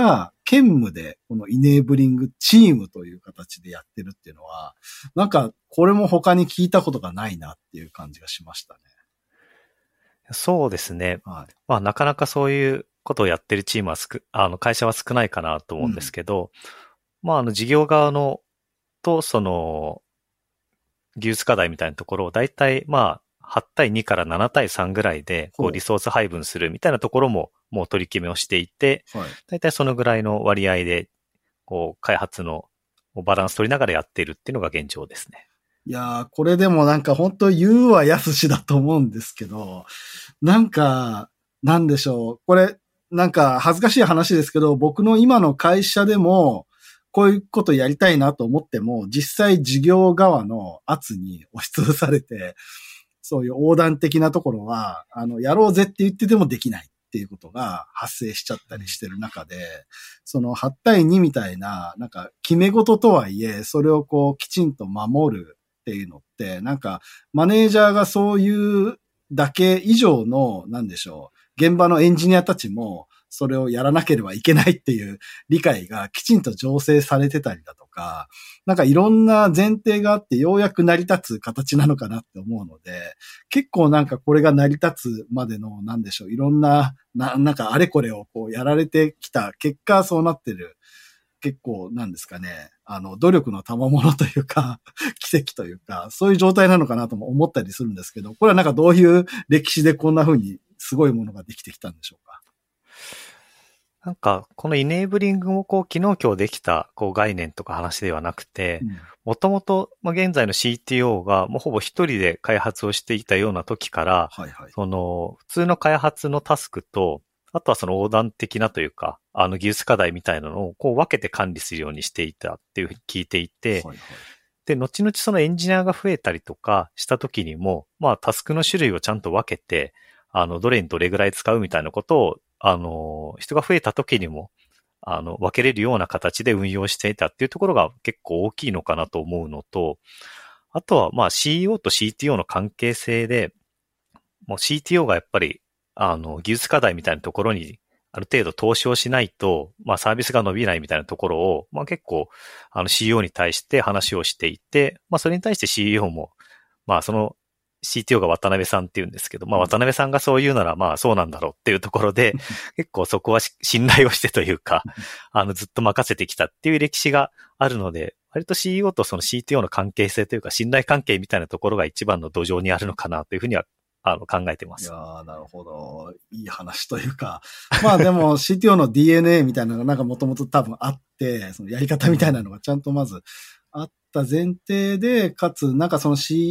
兼務でこのイネーブリングチームという形でやってるっていうのは、なんかこれも他に聞いたことがないなっていう感じがしましたね。 そうですね。 はい。 まあなかなかそういうことをやってるチームは会社は少ないかなと思うんですけど、まあ事業側のとその技術課題みたいなところをだいたいまあ8対2から7対3ぐらいでこうリソース配分するみたいなところももう取り決めをしていて、だいたいそのぐらいの割合でこう開発のバランス取りながらやっているっていうのが現状ですね。 いやー、これでもなんか本当言うは安しだと思うんですけど、なんか、なんでしょう。これ、なんか恥ずかしい話ですけど、僕の今の会社でも、こういうことやりたいなと思っても、実際事業側の圧に押しつぶされて、そういう横断的なところは、やろうぜって言っててもできないっていうことが発生しちゃったりしてる中で、その8対2みたいな、なんか決め事とはいえ、それをこうきちんと守るっていうのって、なんかマネージャーがそういうだけ以上の、なんでしょう、現場のエンジニアたちもそれをやらなければいけないっていう理解がきちんと醸成されてたりだとか、なんかいろんな前提があってようやく成り立つ形なのかなって思うので、結構なんかこれが成り立つまでの、なんでしょう、いろんな、なんかあれこれをこうやられてきた結果そうなってる。結構なんですかね、努力の賜物というか、奇跡というか、そういう状態なのかなとも思ったりするんですけど、これはなんかどういう歴史でこんな風にすごいものができてきたんでしょうか。 なんか、このイネーブリングもこう、昨日今日できたこう概念とか話ではなくて、もともと現在の CTO がもうほぼ一人で開発をしていたような時から、 はいはい、 その、普通の開発のタスクと、あとはその横断的なというか、技術課題みたいなのをこう分けて管理するようにしていたっていうふうに聞いていて、はいはい、で、後々そのエンジニアが増えたりとかした時にも、まあタスクの種類をちゃんと分けて、どれにどれぐらい使うみたいなことを、人が増えた時にも、分けれるような形で運用していたっていうところが結構大きいのかなと思うのと、あとはまあ CEO と CTO の関係性で、もう CTO がやっぱり、技術課題みたいなところにある程度投資をしないと、まあサービスが伸びないみたいなところを、まあ結構、CEO に対して話をしていて、まあそれに対して CEO も、まあその CTO が渡辺さんって言うんですけど、まあ渡辺さんがそう言うならまあそうなんだろうっていうところで、結構そこは信頼をしてというか、ずっと任せてきたっていう歴史があるので、割と CEO とその CTO の関係性というか信頼関係みたいなところが一番の土壌にあるのかなというふうには考えてます。 いやー、なるほど。いい話というか。まあでも CTO の DNA みたいなのがなんかもともと多分あって、そのやり方みたいなのがちゃんとまずあった前提で、かつなんかその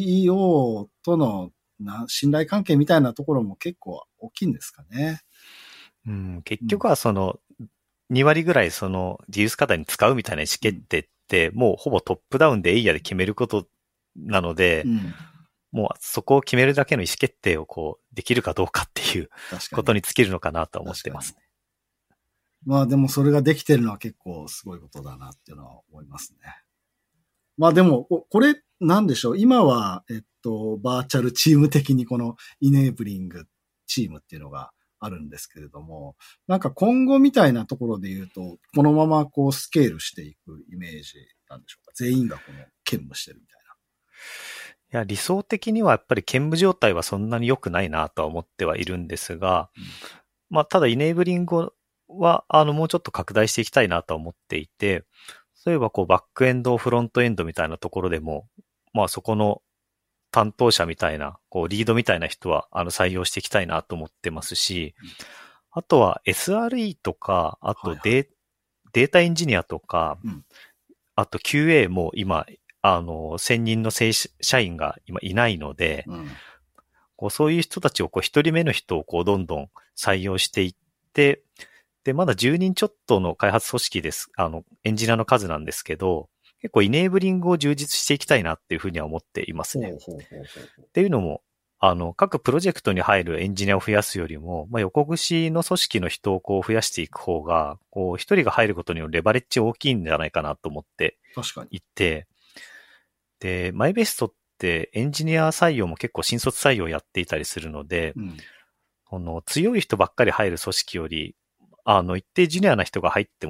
CEO との信頼関係みたいなところも結構大きいんですかね。 うん、結局はその2割ぐらいその技術課題に使うみたいな意思決定ってもうほぼトップダウンでエイヤで決めることなので、もうそこを決めるだけの意思決定をこうできるかどうかっていうことに尽きるのかなと思ってますね。 まあでもそれができてるのは結構すごいことだなっていうのは思いますね。まあでもこれなんでしょう。今はバーチャルチーム的にこのイネーブリングチームっていうのがあるんですけれども、なんか今後みたいなところで言うと、このままこうスケールしていくイメージなんでしょうか。全員がこの兼務してるみたいな。 いや、理想的にはやっぱり兼務状態はそんなに良くないなとは思ってはいるんですが、まあ、ただイネーブリングは、もうちょっと拡大していきたいなとは思っていて、そういえばこう、バックエンド、フロントエンドみたいなところでも、まあ、そこの担当者みたいな、こう、リードみたいな人は、採用していきたいなと思ってますし、あとは SRE とか、あとデータエンジニアとか、あと QA も今、専任の社員が今いないので、こうそういう人たちをこう一人目の人をこうどんどん採用していって、で、まだ10人ちょっとの開発組織です。エンジニアの数なんですけど、結構イネーブリングを充実していきたいなっていうふうには思っていますね。っていうのも、各プロジェクトに入るエンジニアを増やすよりも、まあ、横串の組織の人をこう増やしていく方が、こう一人が入ることによるレバレッジ大きいんじゃないかなと思っていて、で、マイベストってエンジニア採用も結構新卒採用やっていたりするので、この強い人ばっかり入る組織より、一定ジュニアな人が入っても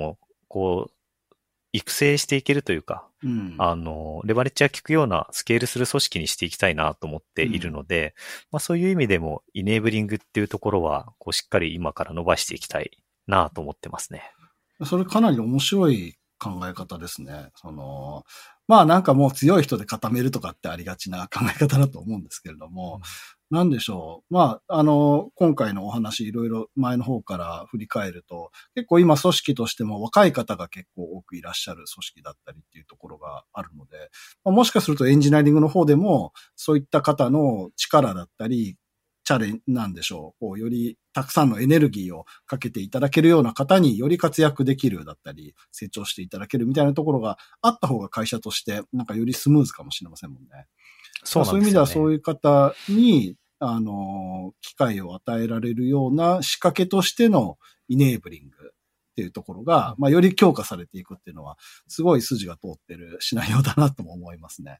こう、育成していけるというか、 うん。 レバレッジが効くようなスケールする組織にしていきたいなと思っているので、まあそういう意味でも、イネーブリングっていうところは、こうしっかり今から伸ばしていきたいなと思ってますね。 それかなり面白い考え方ですね。まあなんかもう強い人で固めるとかってありがちな考え方だと思うんですけれども、なんでしょう。まあ、今回のお話いろいろ前の方から振り返ると、結構今組織としても若い方が結構多くいらっしゃる組織だったりっていうところがあるので、まあ、もしかするとエンジニアリングの方でもそういった方の力だったり、チャレンなんでしょう。こう、よりたくさんのエネルギーをかけていただけるような方により活躍できるだったり、成長していただけるみたいなところがあった方が会社としてなんかよりスムーズかもしれませんもんね。 そうなんですよね。 そういう意味ではそういう方に、機会を与えられるような仕掛けとしてのイネーブリングっていうところが、まあ、より強化されていくっていうのは、すごい筋が通ってるシナリオだなとも思いますね。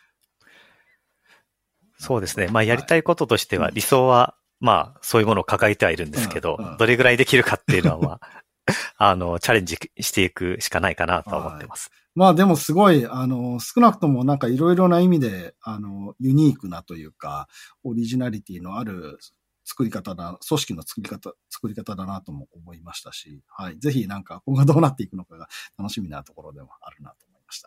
そうですね。まあやりたいこととしては、理想は、まあそういうものを抱えてはいるんですけど、どれぐらいできるかっていうのは、まあ、チャレンジしていくしかないかなと思ってます。 まあでもすごい、少なくともなんかいろいろな意味で、ユニークなというか、オリジナリティのある作り方だ、組織の作り方だなとも思いましたし、はい。ぜひなんか今後どうなっていくのかが楽しみなところでもあるなと思いました。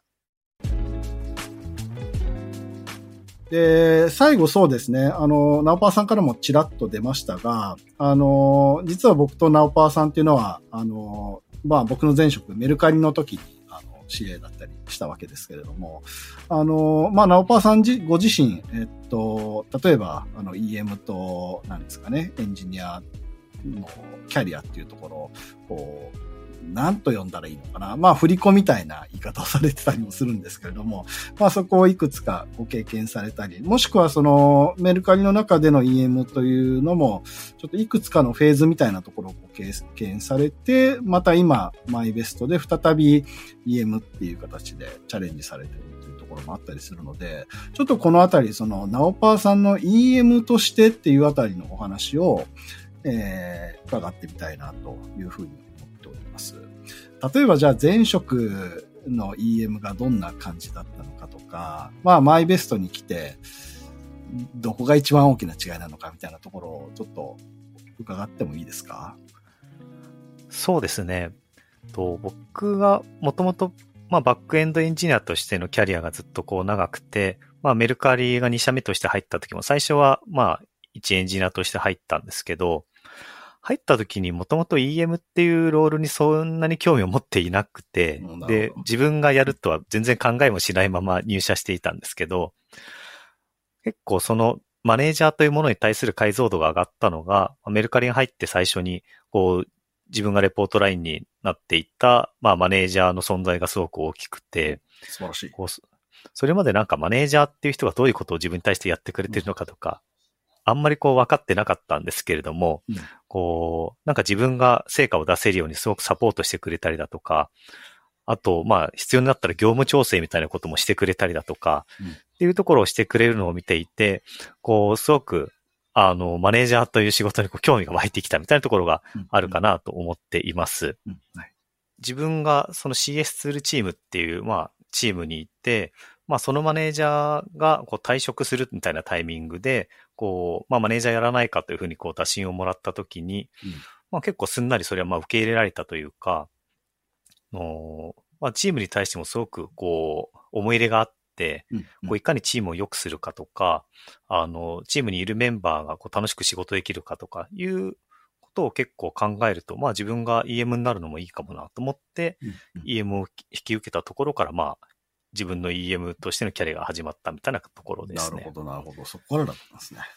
で、最後そうですね、ナオパーさんからもちらっと出ましたが、実は僕とナオパーさんっていうのは、まあ僕の前職、メルカリの時に、知り合いだったりしたわけですけれども、まあ、ナオパーさんご自身、例えば、EM と、何ですかね、エンジニアのキャリアっていうところを、こう、何と呼んだらいいのかな。まあ、振り子みたいな言い方をされてたりもするんですけれども、まあ、そこをいくつかご経験されたり、もしくはその、メルカリの中での EM というのも、ちょっといくつかのフェーズみたいなところをご経験されて、また今、マイベストで再び EM っていう形でチャレンジされているというところもあったりするので、ちょっとこのあたり、その、ナオパーさんの EM としてっていうあたりのお話を、伺ってみたいなというふうに思っております。例えばじゃあ前職の EM がどんな感じだったのかとか、まあマイベストに来て、どこが一番大きな違いなのかみたいなところをちょっと伺ってもいいですか？ そうですね。僕がもともとバックエンドエンジニアとしてのキャリアがずっとこう長くて、まあメルカリが2社目として入った時も最初はまあ一エンジニアとして入ったんですけど、入った時にもともと EM っていうロールにそんなに興味を持っていなくて、で、自分がやるとは全然考えもしないまま入社していたんですけど、結構そのマネージャーというものに対する解像度が上がったのが、メルカリに入って最初にこう自分がレポートラインになっていった、まあマネージャーの存在がすごく大きくて、 素晴らしい。 それまでなんかマネージャーっていう人がどういうことを自分に対してやってくれてるのかとか、あんまりこう分かってなかったんですけれども、こう、なんか自分が成果を出せるようにすごくサポートしてくれたりだとか、あと、まあ、必要になったら業務調整みたいなこともしてくれたりだとか、っていうところをしてくれるのを見ていて、こう、すごく、マネージャーという仕事にこう興味が湧いてきたみたいなところがあるかなと思っています。自分がその CS ツールチームっていう、まあ、チームに行って、まあそのマネージャーがこう退職するみたいなタイミングで、こう、まあマネージャーやらないかというふうにこう打診をもらったときに、まあ結構すんなりそれはまあ受け入れられたというか、まあチームに対してもすごくこう思い入れがあって、こういかにチームを良くするかとか、チームにいるメンバーがこう楽しく仕事できるかとかいうことを結構考えると、まあ自分が EM になるのもいいかもなと思って、EM を引き受けたところからまあ、自分の EM としてのキャリアが始まったみたいなところですね。 なるほど、なるほど。そこからだったんですね。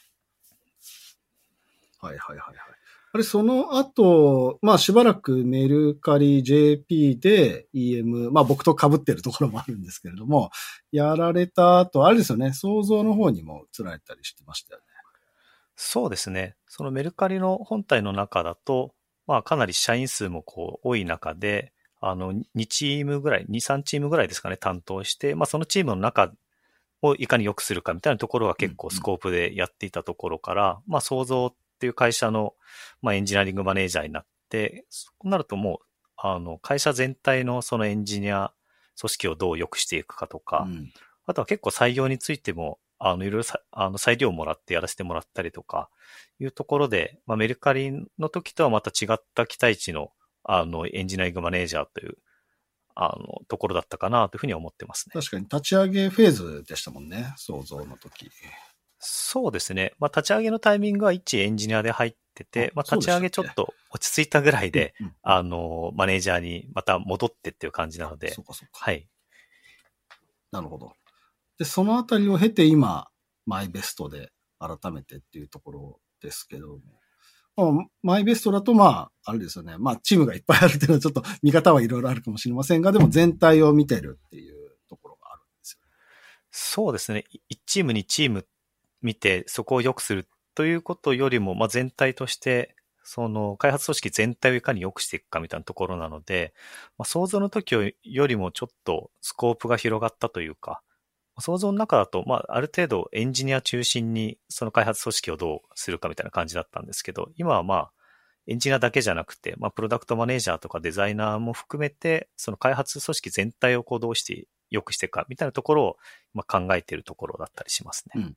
はいはいはいはい。あれ、その後、まあしばらくメルカリ JP で EM、まあ僕と被ってるところもあるんですけれども、やられた後、あれですよね、創造の方にも移られたりしてましたよね。 そうですね。そのメルカリの本体の中だと、まあかなり社員数もこう多い中で、2チームぐらい、2、3チームぐらいですかね、担当して、まあそのチームの中をいかに良くするかみたいなところは結構スコープでやっていたところから、まあ創造っていう会社の、まあエンジニアリングマネージャーになって、そうなるともう、 会社全体のそのエンジニア組織をどう良くしていくかとか、あとは結構採用についても、いろいろ裁量をもらってやらせてもらったりとか、いうところで、メルカリの時とはまた違った期待値の、エンジニアリングマネージャーという、ところだったかなというふうに思ってますね。 確かに立ち上げフェーズでしたもんね、創造の時。 そうですね。立ち上げのタイミングは一エンジニアで入ってて、立ち上げちょっと落ち着いたぐらいで、マネージャーにまた戻ってっていう感じなので。 そうか。 はい。 なるほど。で、そのあたりを経て今、マイベストで改めてっていうところですけども、マイベストだとあれですよね。チームがいっぱいあるっていうのはちょっと見方はいろいろあるかもしれませんが、でも全体を見てるっていうところがあるんですよ。 そうですね。1チーム2チーム見てそこを良くするということよりも、全体として、その開発組織全体をいかに良くしていくかみたいなところなので、想像の時よりもちょっとスコープが広がったというか、想像の中だと、ある程度エンジニア中心にその開発組織をどうするかみたいな感じだったんですけど、今はエンジニアだけじゃなくて、プロダクトマネージャーとかデザイナーも含めて、その開発組織全体をどうして良くしていくかみたいなところを考えているところだったりしますね。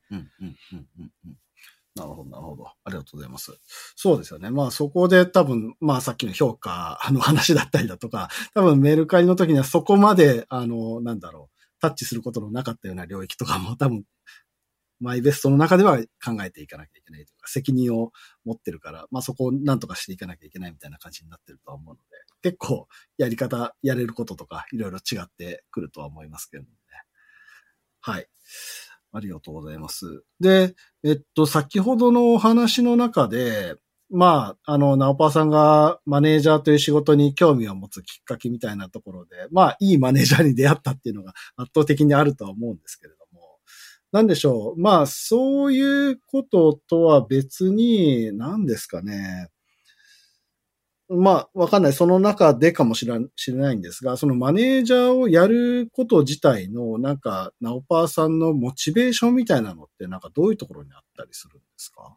なるほど。ありがとうございます。そうですよね。そこで多分、さっきの評価の話だったりだとか、多分メルカリの時にはそこまで、タッチすることのなかったような領域とかも多分、マイベストの中では考えていかなきゃいけないというか、責任を持ってるから、そこを何とかしていかなきゃいけないみたいな感じになってるとは思うので、結構やり方、やれることとか、いろいろ違ってくるとは思いますけどね。はい。ありがとうございます。で、先ほどのお話の中で、ナオパーさんがマネージャーという仕事に興味を持つきっかけみたいなところで、いいマネージャーに出会ったっていうのが圧倒的にあるとは思うんですけれども、なんでしょう。そういうこととは別に、何ですかね。わかんない。その中でかもしれないんですが、そのマネージャーをやること自体の、ナオパーさんのモチベーションみたいなのって、どういうところにあったりするんですか？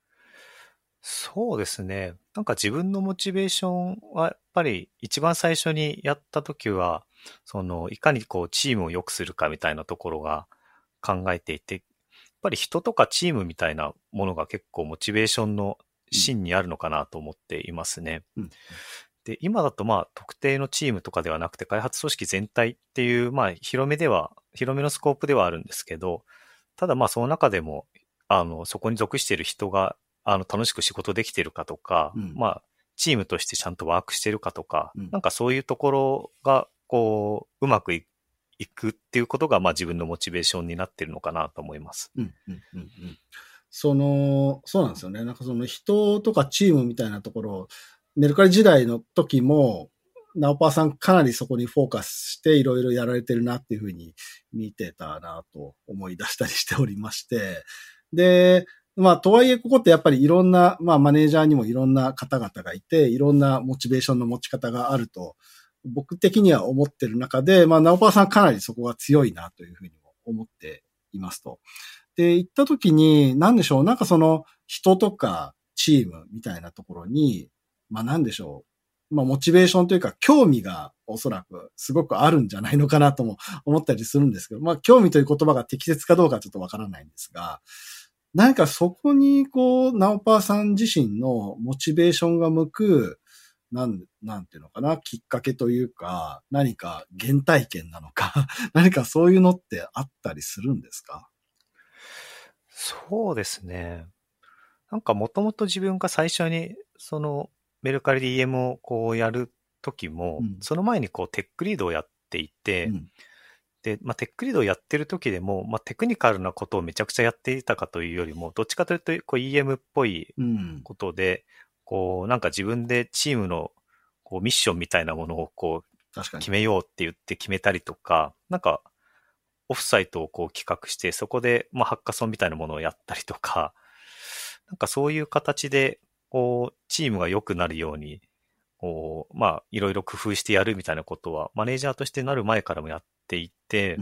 そうですね。自分のモチベーションはやっぱり一番最初にやったときは、いかにチームを良くするかみたいなところが考えていて、やっぱり人とかチームみたいなものが結構モチベーションの芯にあるのかなと思っていますね。で、今だと特定のチームとかではなくて開発組織全体っていう広めのスコープではあるんですけど、ただその中でもそこに属している人が楽しく仕事できているかとか、チームとしてちゃんとワークしているかとか、そういうところがうまくいくっていうことが自分のモチベーションになっているのかなと思います。 そうなんですよね。その人とかチームみたいなところ、メルカリ時代の時も、ナオパーさんかなりそこにフォーカスしていろいろやられてるなっていうふうに見てたなと思い出したりしておりまして。で、とはいえここってやっぱりいろんな、マネージャーにもいろんな方々がいて、いろんなモチベーションの持ち方があると、僕的には思ってる中で、ナオパーさんかなりそこが強いなというふうにも思っていますと。で、行った時に、なんでしょう、その人とかチームみたいなところに、なんでしょう、モチベーションというか興味がおそらくすごくあるんじゃないのかなとも思ったりするんですけど、興味という言葉が適切かどうかちょっとわからないんですが、そこにナオパーさん自身のモチベーションが向く、なんていうのかな、きっかけというか、何か原体験なのか、何かそういうのってあったりするんですか？ そうですね。もともと自分が最初にそのメルカリで EM をやるときも、その前にテックリードをやっていて、で、テックリードをやってるときでも、テクニカルなことをめちゃくちゃやっていたかというよりも、どっちかというとEM っぽいことで、自分でチームのミッションみたいなものを決めようって言って決めたりとか、オフサイトを企画して、そこでハッカソンみたいなものをやったりとか、そういう形で、チームが良くなるように、いろいろ工夫してやるみたいなことは、マネージャーとしてなる前からもやっていて、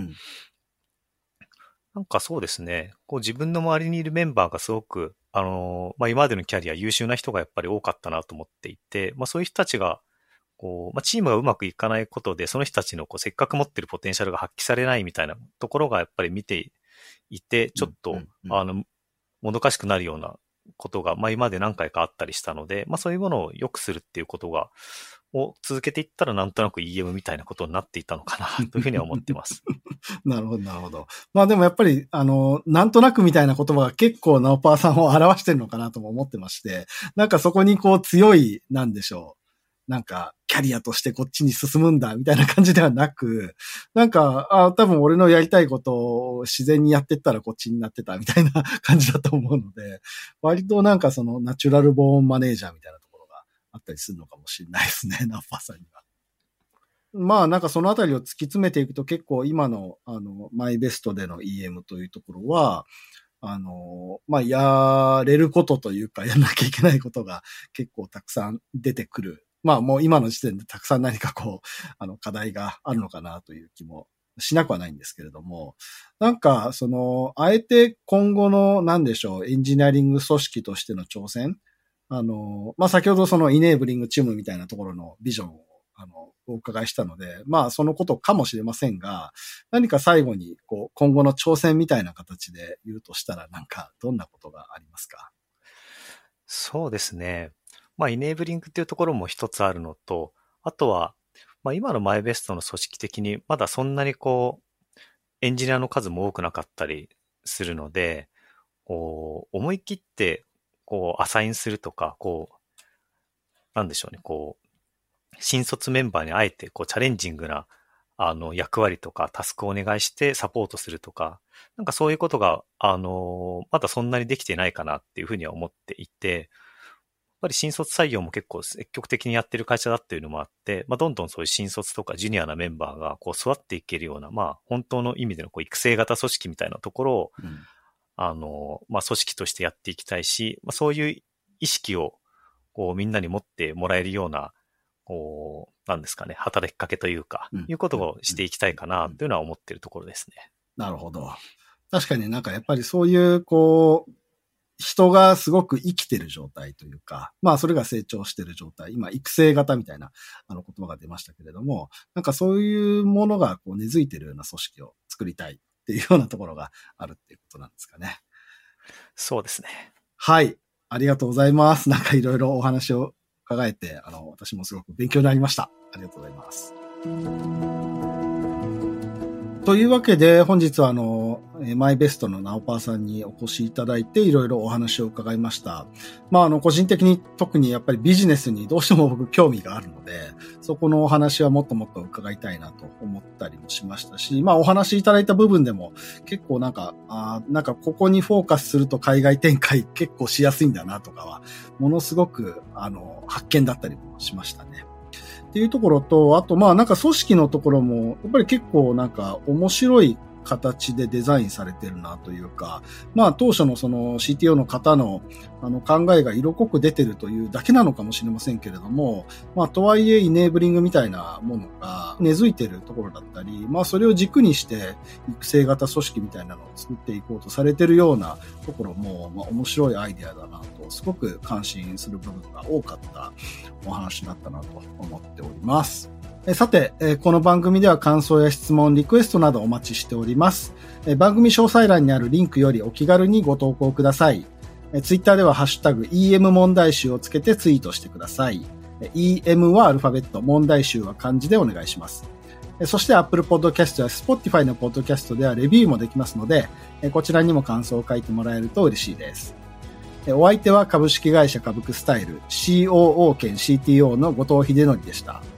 そうですね、自分の周りにいるメンバーがすごく、今までのキャリア優秀な人がやっぱり多かったなと思っていて、そういう人たちが、 チームがうまくいかないことで、その人たちのせっかく持ってるポテンシャルが発揮されないみたいなところがやっぱり見ていて、ちょっと、もどかしくなるようなことが、今まで何回かあったりしたので、そういうものを良くするっていうことを続けていったらなんとなく EM みたいなことになっていたのかなというふうには思ってます。 なるほど、なるほど。でもやっぱり、なんとなくみたいな言葉が結構ナオパーさんを表してるのかなとも思ってまして、なんかそこに強い、なんでしょう。なんか、キャリアとしてこっちに進むんだ、みたいな感じではなく、なんか、多分俺のやりたいことを自然にやってったらこっちになってた、みたいな感じだと思うので、割となんかそのナチュラルボーンマネージャーみたいなところがあったりするのかもしれないですね、ナオパーさんには。なんかそのあたりを突き詰めていくと結構今の、マイベストでの EM というところは、やれることというか、やんなきゃいけないことが結構たくさん出てくる。もう今の時点でたくさん何か課題があるのかなという気もしなくはないんですけれども、なんか、あえて今後の、なんでしょう、エンジニアリング組織としての挑戦、先ほどそのイネーブリングチームみたいなところのビジョンを、お伺いしたので、そのことかもしれませんが、何か最後に、今後の挑戦みたいな形で言うとしたら、なんか、どんなことがありますか？ そうですね。イネーブリングっていうところも一つあるのと、あとは、今のマイベストの組織的にまだそんなにエンジニアの数も多くなかったりするので、思い切って、アサインするとか、なんでしょうね、新卒メンバーにあえて、チャレンジングな、役割とかタスクをお願いしてサポートするとか、なんかそういうことが、まだそんなにできてないかなっていうふうには思っていて、やっぱり新卒採用も結構積極的にやってる会社だっていうのもあって、どんどんそういう新卒とかジュニアなメンバーが育っていけるような、本当の意味での育成型組織みたいなところを、組織としてやっていきたいし、そういう意識をみんなに持ってもらえるような、なんですかね、働きかけというか、いうことをしていきたいかなというのは思っているところですね。 なるほど。確かになんかやっぱりそういう人がすごく生きてる状態というか、それが成長してる状態、今育成型みたいな言葉が出ましたけれども、なんかそういうものが根付いてるような組織を作りたいっていうようなところがあるっていうことなんですかね。 そうですね。 はい。ありがとうございます。なんかいろいろお話を伺えて、私もすごく勉強になりました。ありがとうございます。というわけで、本日はマイベストのナオパーさんにお越しいただいて、いろいろお話を伺いました。個人的に特にやっぱりビジネスにどうしても僕興味があるので、そこのお話はもっともっと伺いたいなと思ったりもしましたし、お話いただいた部分でも結構なんかここにフォーカスすると海外展開結構しやすいんだなとかは、ものすごく発見だったりもしましたね。っていうところと、あとなんか組織のところも、やっぱり結構なんか面白い形でデザインされてるなというか、当初のその CTO の方の考えが色濃く出てるというだけなのかもしれませんけれども、とはいえイネーブリングみたいなものが根付いてるところだったり、それを軸にして育成型組織みたいなのを作っていこうとされてるようなところも、面白いアイデアだなと、すごく感心する部分が多かったお話だったなと思っております。さて、この番組では感想や質問、リクエストなどお待ちしております。番組詳細欄にあるリンクよりお気軽にご投稿ください。ツイッターではハッシュタグ EM 問題集をつけてツイートしてください。EM はアルファベット、問題集は漢字でお願いします。そして Apple Podcast や Spotify の Podcast ではレビューもできますので、こちらにも感想を書いてもらえると嬉しいです。お相手は株式会社株クスタイル COO 兼 CTO の後藤秀則でした。